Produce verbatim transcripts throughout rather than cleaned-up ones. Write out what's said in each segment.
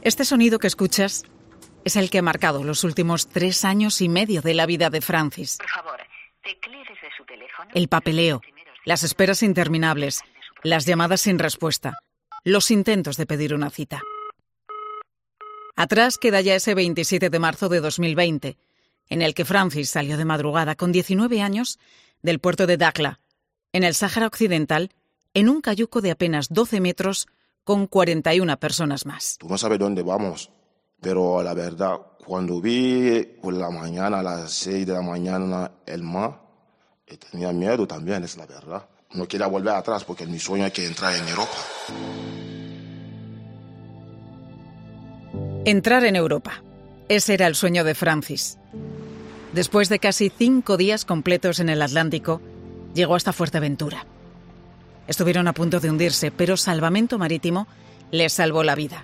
Este sonido que escuchas es el que ha marcado los últimos tres años y medio de la vida de Francis. Por favor, teclee desde su teléfono. El papeleo, las esperas interminables, las llamadas sin respuesta, los intentos de pedir una cita. Atrás queda ya ese veintisiete de marzo de dos mil veinte, en el que Francis salió de madrugada con diecinueve años del puerto de Dakhla, en el Sáhara Occidental, en un cayuco de apenas doce metros con cuarenta y una personas más. Tú no sabes dónde vamos, pero la verdad, cuando vi por la mañana, a las seis de la mañana, el mar, tenía miedo también, es la verdad. No quería volver atrás porque mi sueño es que entrar en Europa. Entrar en Europa. Ese era el sueño de Francis. Después de casi cinco días completos en el Atlántico, llegó hasta Fuerteventura. Estuvieron a punto de hundirse, pero Salvamento Marítimo les salvó la vida.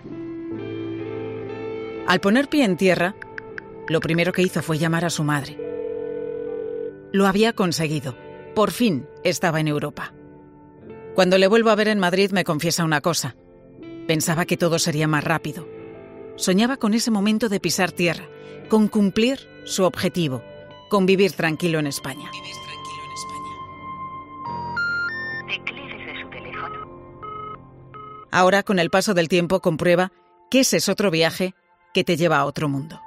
Al poner pie en tierra, lo primero que hizo fue llamar a su madre. Lo había conseguido. Por fin estaba en Europa. Cuando le vuelvo a ver en Madrid me confiesa una cosa. Pensaba que todo sería más rápido. Soñaba con ese momento de pisar tierra, con cumplir su objetivo, con vivir tranquilo en España. Vivir tranquilo en España. Teclee desde su teléfono. Ahora, con el paso del tiempo, comprueba que ese es otro viaje que te lleva a otro mundo.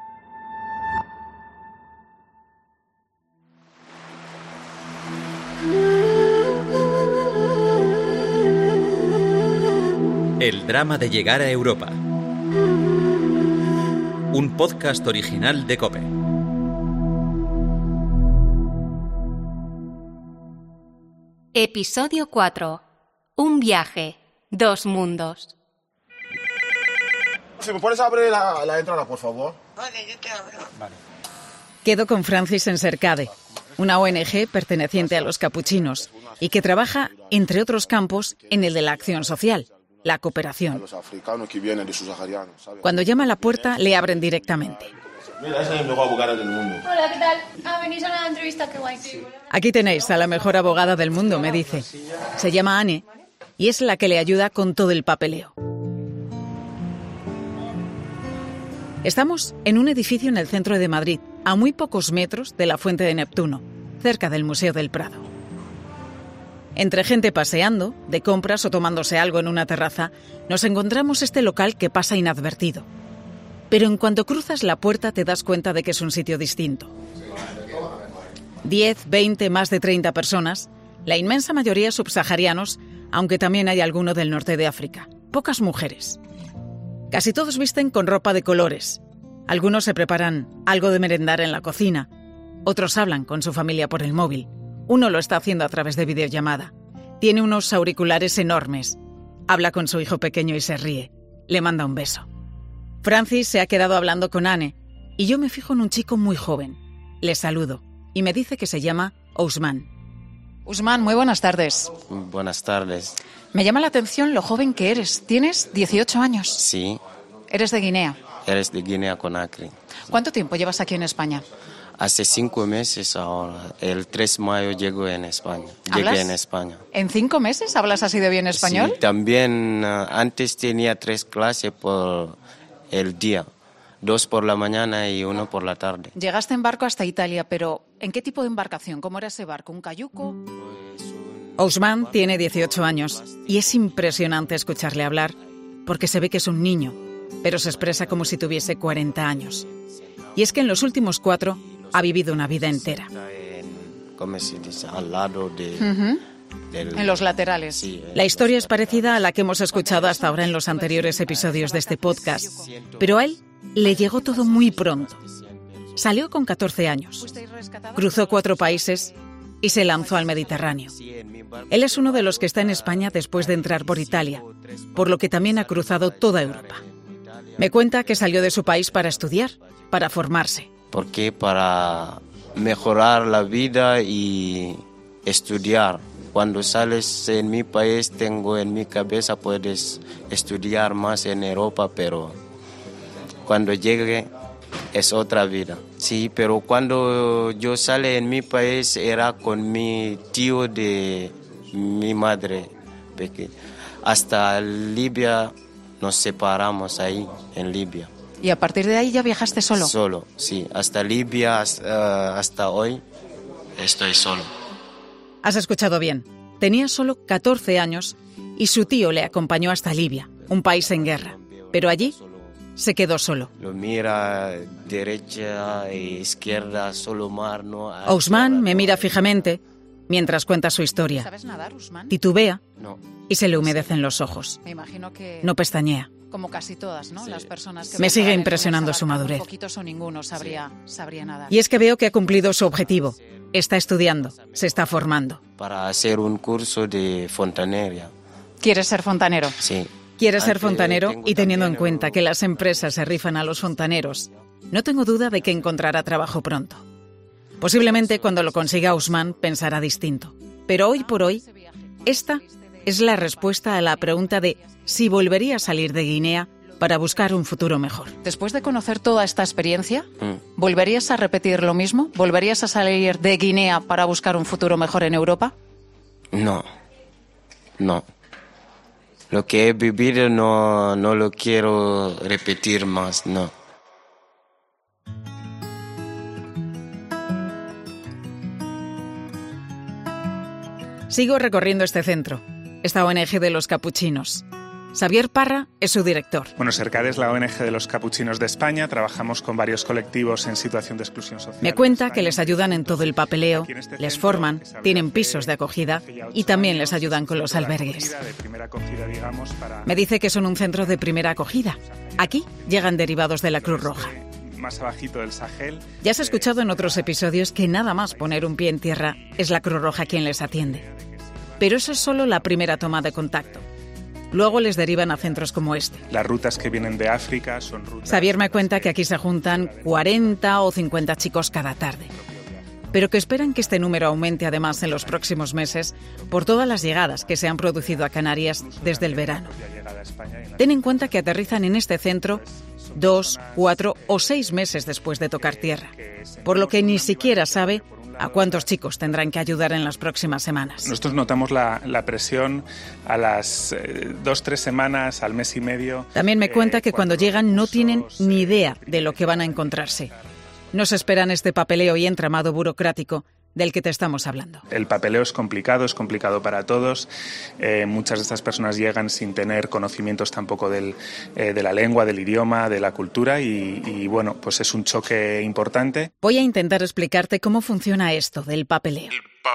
El drama de llegar a Europa. Un podcast original de COPE. Episodio cuatro. Un viaje, dos mundos. Si me puedes abrir la, la entrada, por favor. Vale, yo te abro. Vale. Quedo con Francis en Cercade, una O N G perteneciente a los capuchinos y que trabaja, entre otros campos, en el de la acción social, la cooperación. Los africanos que vienen de subsaharianos, ¿sabes? Cuando llama a la puerta, le abren directamente. Mira, esa es la mejor abogada del mundo. Hola, ¿qué tal? Ah, venís a la entrevista, qué guay. Aquí tenéis a la mejor abogada del mundo, me dice. Se llama Anne y es la que le ayuda con todo el papeleo. Estamos en un edificio en el centro de Madrid, a muy pocos metros de la Fuente de Neptuno, cerca del Museo del Prado. Entre gente paseando, de compras o tomándose algo en una terraza, nos encontramos este local que pasa inadvertido. Pero en cuanto cruzas la puerta te das cuenta de que es un sitio distinto. Diez, veinte, más de treinta personas, la inmensa mayoría subsaharianos, aunque también hay alguno del norte de África. Pocas mujeres. Casi todos visten con ropa de colores. Algunos se preparan algo de merendar en la cocina. Otros hablan con su familia por el móvil. Uno lo está haciendo a través de videollamada. Tiene unos auriculares enormes. Habla con su hijo pequeño y se ríe. Le manda un beso. Francis se ha quedado hablando con Anne y yo me fijo en un chico muy joven. Le saludo y me dice que se llama Ousmane. Ousmane, muy buenas tardes. Buenas tardes. Me llama la atención lo joven que eres. Tienes dieciocho años. Sí. Eres de Guinea. Eres de Guinea Conakry. ¿Cuánto tiempo llevas aquí en España? Hace cinco meses ahora. El tres de mayo llego en España. ¿Hablas? Llegué en España. ¿En cinco meses hablas así de bien español? Sí, también uh, antes tenía tres clases por el día. Dos por la mañana y uno por la tarde. Llegaste en barco hasta Italia, pero ¿en qué tipo de embarcación? ¿Cómo era ese barco? ¿Un cayuco? Pues un... Ousmane tiene dieciocho años y es impresionante escucharle hablar porque se ve que es un niño, pero se expresa como si tuviese cuarenta años. Y es que en los últimos cuatro ha vivido una vida entera. ¿Cómo se dice? Al lado de... Uh-huh. del... En los laterales. Sí, la historia es parecida a la que hemos escuchado hasta ahora en los anteriores episodios de este podcast, pero a él le llegó todo muy pronto. Salió con catorce años, cruzó cuatro países y se lanzó al Mediterráneo. Él es uno de los que está en España después de entrar por Italia, por lo que también ha cruzado toda Europa. Me cuenta que salió de su país para estudiar, para formarse. Porque para mejorar la vida y estudiar. Cuando sales en mi país, tengo en mi cabeza, puedes estudiar más en Europa, pero cuando llegue es otra vida. Sí, pero cuando yo salí en mi país era con mi tío de mi madre pequeña. Hasta Libia nos separamos ahí, en Libia. ¿Y a partir de ahí ya viajaste solo? Solo, sí. Hasta Libia, hasta, uh, hasta hoy, estoy solo. Has escuchado bien. Tenía solo catorce años y su tío le acompañó hasta Libia, un país en guerra. Pero allí se quedó solo. Lo mira derecha e izquierda, solo mar, ¿no? Ousmane me mira fijamente mientras cuenta su historia. ¿Sabes nadar, Ousmane? Titubea No. y se le humedecen los ojos. Me imagino que... No pestañea. Como casi todas, ¿no? Sí. Las personas que... Me sigue impresionando su madurez. Poquitos o ninguno sabría, sí. sabría nadar. Y es que veo que ha cumplido su objetivo. Está estudiando, se está formando. Para hacer un curso de fontanería. ¿Quieres ser fontanero? Sí. Quiere ser fontanero y teniendo en cuenta que las empresas se rifan a los fontaneros, no tengo duda de que encontrará trabajo pronto. Posiblemente cuando lo consiga Ousmane pensará distinto. Pero hoy por hoy, esta es la respuesta a la pregunta de si volvería a salir de Guinea para buscar un futuro mejor. Después de conocer toda esta experiencia, Mm. ¿volverías a repetir lo mismo? ¿Volverías a salir de Guinea para buscar un futuro mejor en Europa? No, no. Lo que he vivido no, no lo quiero repetir más, no. Sigo recorriendo este centro, esta O N G de los capuchinos. Xavier Parra es su director. Bueno, Sercat es la O N G de los Capuchinos de España. Trabajamos con varios colectivos en situación de exclusión social. Me cuenta que les ayudan en todo el papeleo, les forman, tienen pisos de acogida y también les ayudan con los albergues. Me dice que son un centro de primera acogida. Aquí llegan derivados de la Cruz Roja. Más abajito del Sahel. Ya has escuchado en otros episodios que nada más poner un pie en tierra es la Cruz Roja quien les atiende. Pero eso es solo la primera toma de contacto. Luego les derivan a centros como este. Las rutas que vienen de África son rutas... Xavier me cuenta que aquí se juntan cuarenta o cincuenta chicos cada tarde. Pero que esperan que este número aumente además en los próximos meses por todas las llegadas que se han producido a Canarias desde el verano. Ten en cuenta que aterrizan en este centro dos, cuatro o seis meses después de tocar tierra, por lo que ni siquiera sabe a cuántos chicos tendrán que ayudar en las próximas semanas. Nosotros notamos la, la presión a las eh, dos, tres semanas, al mes y medio. También me cuenta eh, que cuando llegan no tienen ni idea de lo que van a encontrarse. No se esperan este papeleo y entramado burocrático del que te estamos hablando. El papeleo es complicado, es complicado para todos. Eh, muchas de estas personas llegan sin tener conocimientos tampoco del, eh, de la lengua, del idioma, de la cultura y, y bueno, pues es un choque importante. Voy a intentar explicarte cómo funciona esto del papeleo.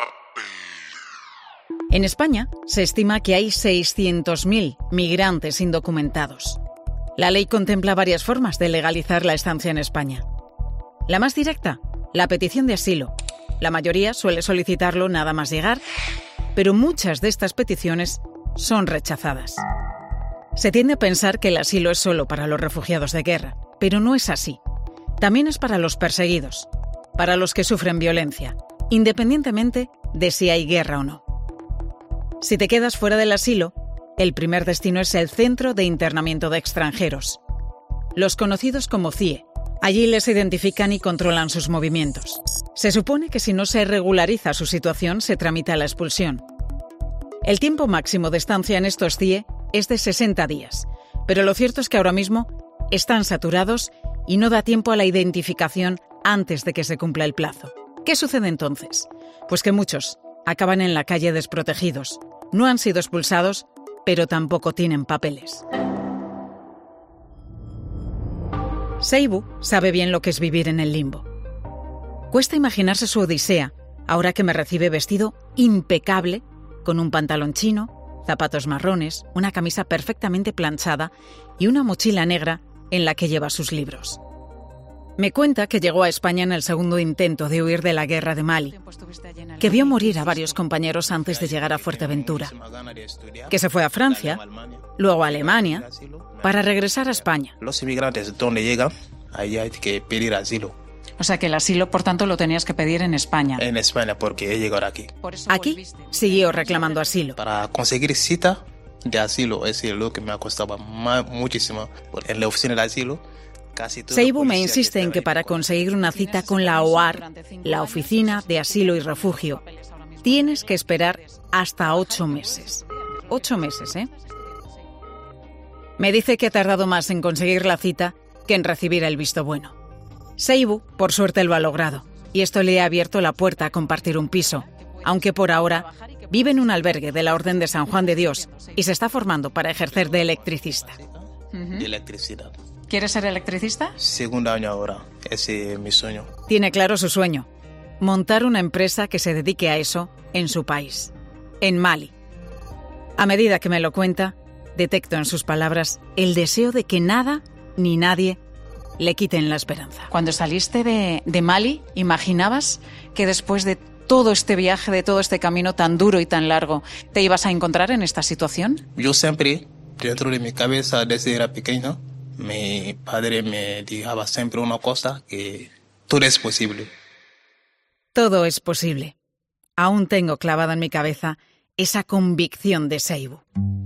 En España se estima que hay seiscientos mil migrantes indocumentados. La ley contempla varias formas de legalizar la estancia en España. La más directa, la petición de asilo. La mayoría suele solicitarlo nada más llegar, pero muchas de estas peticiones son rechazadas. Se tiende a pensar que el asilo es solo para los refugiados de guerra, pero no es así. También es para los perseguidos, para los que sufren violencia, independientemente de si hay guerra o no. Si te quedas fuera del asilo, el primer destino es el Centro de Internamiento de Extranjeros, los conocidos como C I E. Allí les identifican y controlan sus movimientos. Se supone que si no se regulariza su situación, se tramita la expulsión. El tiempo máximo de estancia en estos C I E es de sesenta días, pero lo cierto es que ahora mismo están saturados y no da tiempo a la identificación antes de que se cumpla el plazo. ¿Qué sucede entonces? Pues que muchos acaban en la calle desprotegidos. No han sido expulsados, pero tampoco tienen papeles. Seibu sabe bien lo que es vivir en el limbo. Cuesta imaginarse su odisea, ahora que me recibe vestido impecable, con un pantalón chino, zapatos marrones, una camisa perfectamente planchada y una mochila negra en la que lleva sus libros. Me cuenta que llegó a España en el segundo intento de huir de la guerra de Mali, que vio morir a varios compañeros antes de llegar a Fuerteventura, que se fue a Francia, luego a Alemania, para regresar a España. Los inmigrantes donde llegan, ahí hay que pedir asilo. O sea que el asilo, por tanto, lo tenías que pedir en España. En España, porque he llegado aquí. Aquí siguió reclamando asilo. Para conseguir cita de asilo, es lo que me ha costado más, muchísimo. En la oficina de asilo, Seibu me insiste en que para conseguir una cita con la O A R, la Oficina de Asilo y Refugio, tienes que esperar hasta ocho meses. Ocho meses, ¿eh? Me dice que ha tardado más en conseguir la cita que en recibir el visto bueno. Seibu, por suerte, lo ha logrado, y esto le ha abierto la puerta a compartir un piso, aunque por ahora vive en un albergue de la Orden de San Juan de Dios y se está formando para ejercer de electricista. De electricidad. ¿Quieres ser electricista? Segundo año ahora, ese es mi sueño. Tiene claro su sueño, montar una empresa que se dedique a eso en su país, en Mali. A medida que me lo cuenta, detecto en sus palabras el deseo de que nada ni nadie le quiten la esperanza. Cuando saliste de, de Mali, ¿imaginabas que después de todo este viaje, de todo este camino tan duro y tan largo, te ibas a encontrar en esta situación? Yo siempre, dentro de mi cabeza, desde era pequeño, mi padre me dijaba siempre una cosa, que todo es posible. Todo es posible. Aún tengo clavada en mi cabeza esa convicción de Seibu.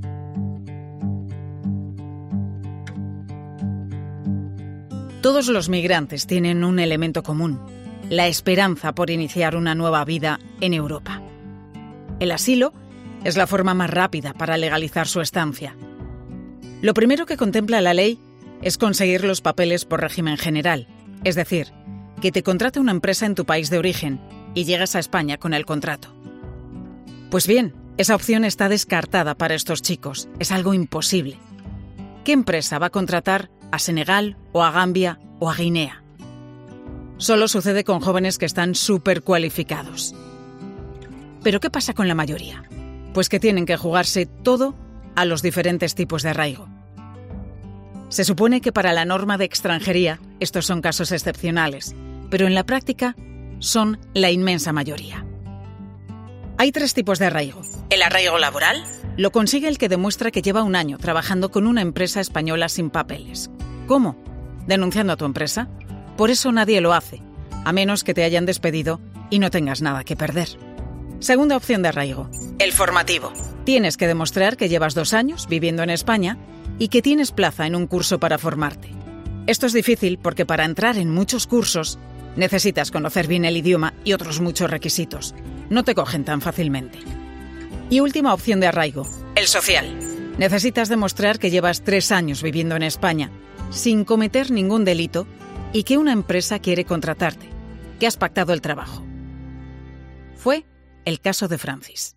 Todos los migrantes tienen un elemento común: la esperanza por iniciar una nueva vida en Europa. El asilo es la forma más rápida para legalizar su estancia. Lo primero que contempla la ley es conseguir los papeles por régimen general, es decir, que te contrate una empresa en tu país de origen y llegas a España con el contrato. Pues bien, esa opción está descartada para estos chicos, es algo imposible. ¿Qué empresa va a contratar a Senegal o a Gambia o a Guinea? Solo sucede con jóvenes que están súper cualificados. ¿Pero qué pasa con la mayoría? Pues que tienen que jugarse todo a los diferentes tipos de arraigo. Se supone que para la norma de extranjería estos son casos excepcionales, pero en la práctica son la inmensa mayoría. Hay tres tipos de arraigo. El arraigo laboral lo consigue el que demuestra que lleva un año trabajando con una empresa española sin papeles. ¿Cómo? Denunciando a tu empresa. Por eso nadie lo hace, a menos que te hayan despedido y no tengas nada que perder. Segunda opción de arraigo, el formativo. Tienes que demostrar que llevas dos años viviendo en España y que tienes plaza en un curso para formarte. Esto es difícil porque para entrar en muchos cursos necesitas conocer bien el idioma y otros muchos requisitos. No te cogen tan fácilmente. Y última opción de arraigo, el social. Necesitas demostrar que llevas tres años viviendo en España sin cometer ningún delito y que una empresa quiere contratarte, que has pactado el trabajo. Fue el caso de Francis.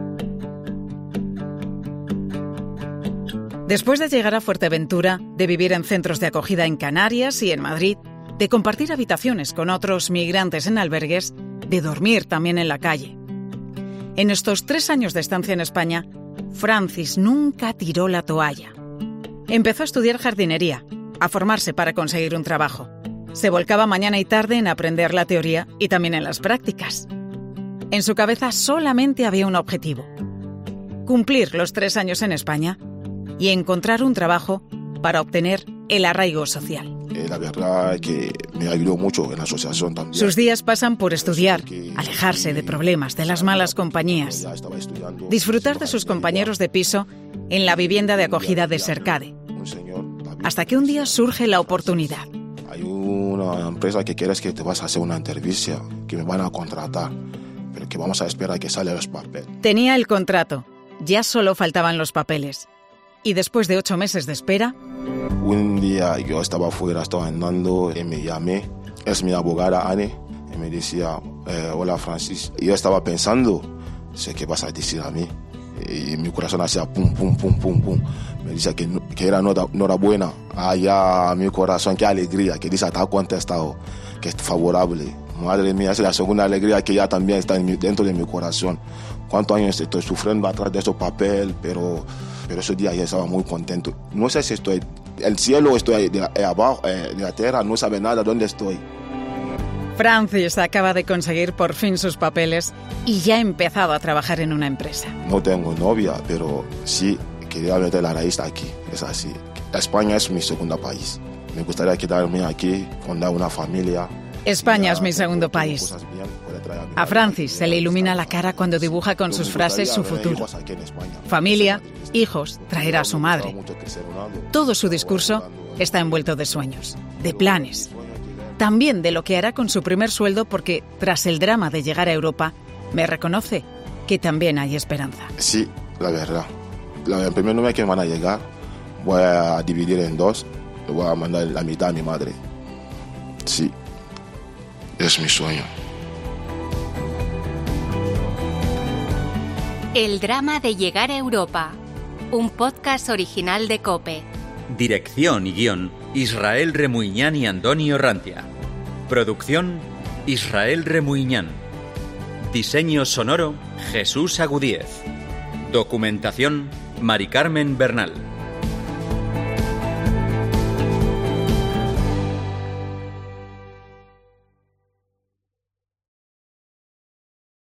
Después de llegar a Fuerteventura, de vivir en centros de acogida en Canarias y en Madrid, de compartir habitaciones con otros migrantes en albergues, de dormir también en la calle. En estos tres años de estancia en España, Francis nunca tiró la toalla. Empezó a estudiar jardinería, a formarse para conseguir un trabajo. Se volcaba mañana y tarde en aprender la teoría y también en las prácticas. En su cabeza solamente había un objetivo: cumplir los tres años en España y encontrar un trabajo para obtener el arraigo social. Eh, la verdad es que me ayudó mucho en la asociación también. Sus días pasan por estudiar, alejarse de problemas, de las malas compañías, disfrutar de sus compañeros de piso en la vivienda de acogida de Sercade, hasta que un día surge la oportunidad. Hay una empresa que quieres que te vas a hacer una entrevista, que me van a contratar, pero que vamos a esperar a que salgan los papeles. Tenía el contrato, ya solo faltaban los papeles. Y después de ocho meses de espera... Un día yo estaba afuera, estaba andando y me llamé. Es mi abogada, Anne, y me decía, eh, hola Francis. Y yo estaba pensando, sé qué vas a decir a mí. Y mi corazón hacía pum, pum, pum, pum, pum. Me decía que, que era enhorabuena. Allá mi corazón, qué alegría, que dice, te ha contestado, que es favorable. Madre mía, es la segunda alegría que ya también está en mi, dentro de mi corazón. ¿Cuántos años estoy sufriendo atrás de esos papeles? Pero... Pero ese día ya estaba muy contento. No sé si estoy... El cielo estoy de, de abajo, eh, de la tierra, no sabe nada dónde estoy. Francis acaba de conseguir por fin sus papeles y ya ha empezado a trabajar en una empresa. No tengo novia, pero sí quería meter la raíz aquí. Es así. España es mi segundo país. Me gustaría quedarme aquí, fundar una familia. España es mi segundo país. A Francis se le ilumina la cara cuando dibuja con sus frases su futuro. Familia, hijos, traerá a su madre. Todo su discurso está envuelto de sueños, de planes. También de lo que hará con su primer sueldo porque, tras el drama de llegar a Europa, me reconoce que también hay esperanza. Sí, la verdad. La, el primer mes que me van a llegar, voy a dividir en dos, le voy a mandar la mitad a mi madre. Sí, es mi sueño. El drama de llegar a Europa, un podcast original de COPE. Dirección y guión, Israel Remuñán y Antonio Rantia. Producción, Israel Remuñán. Diseño sonoro, Jesús Agudíez. Documentación, Mari Carmen Bernal.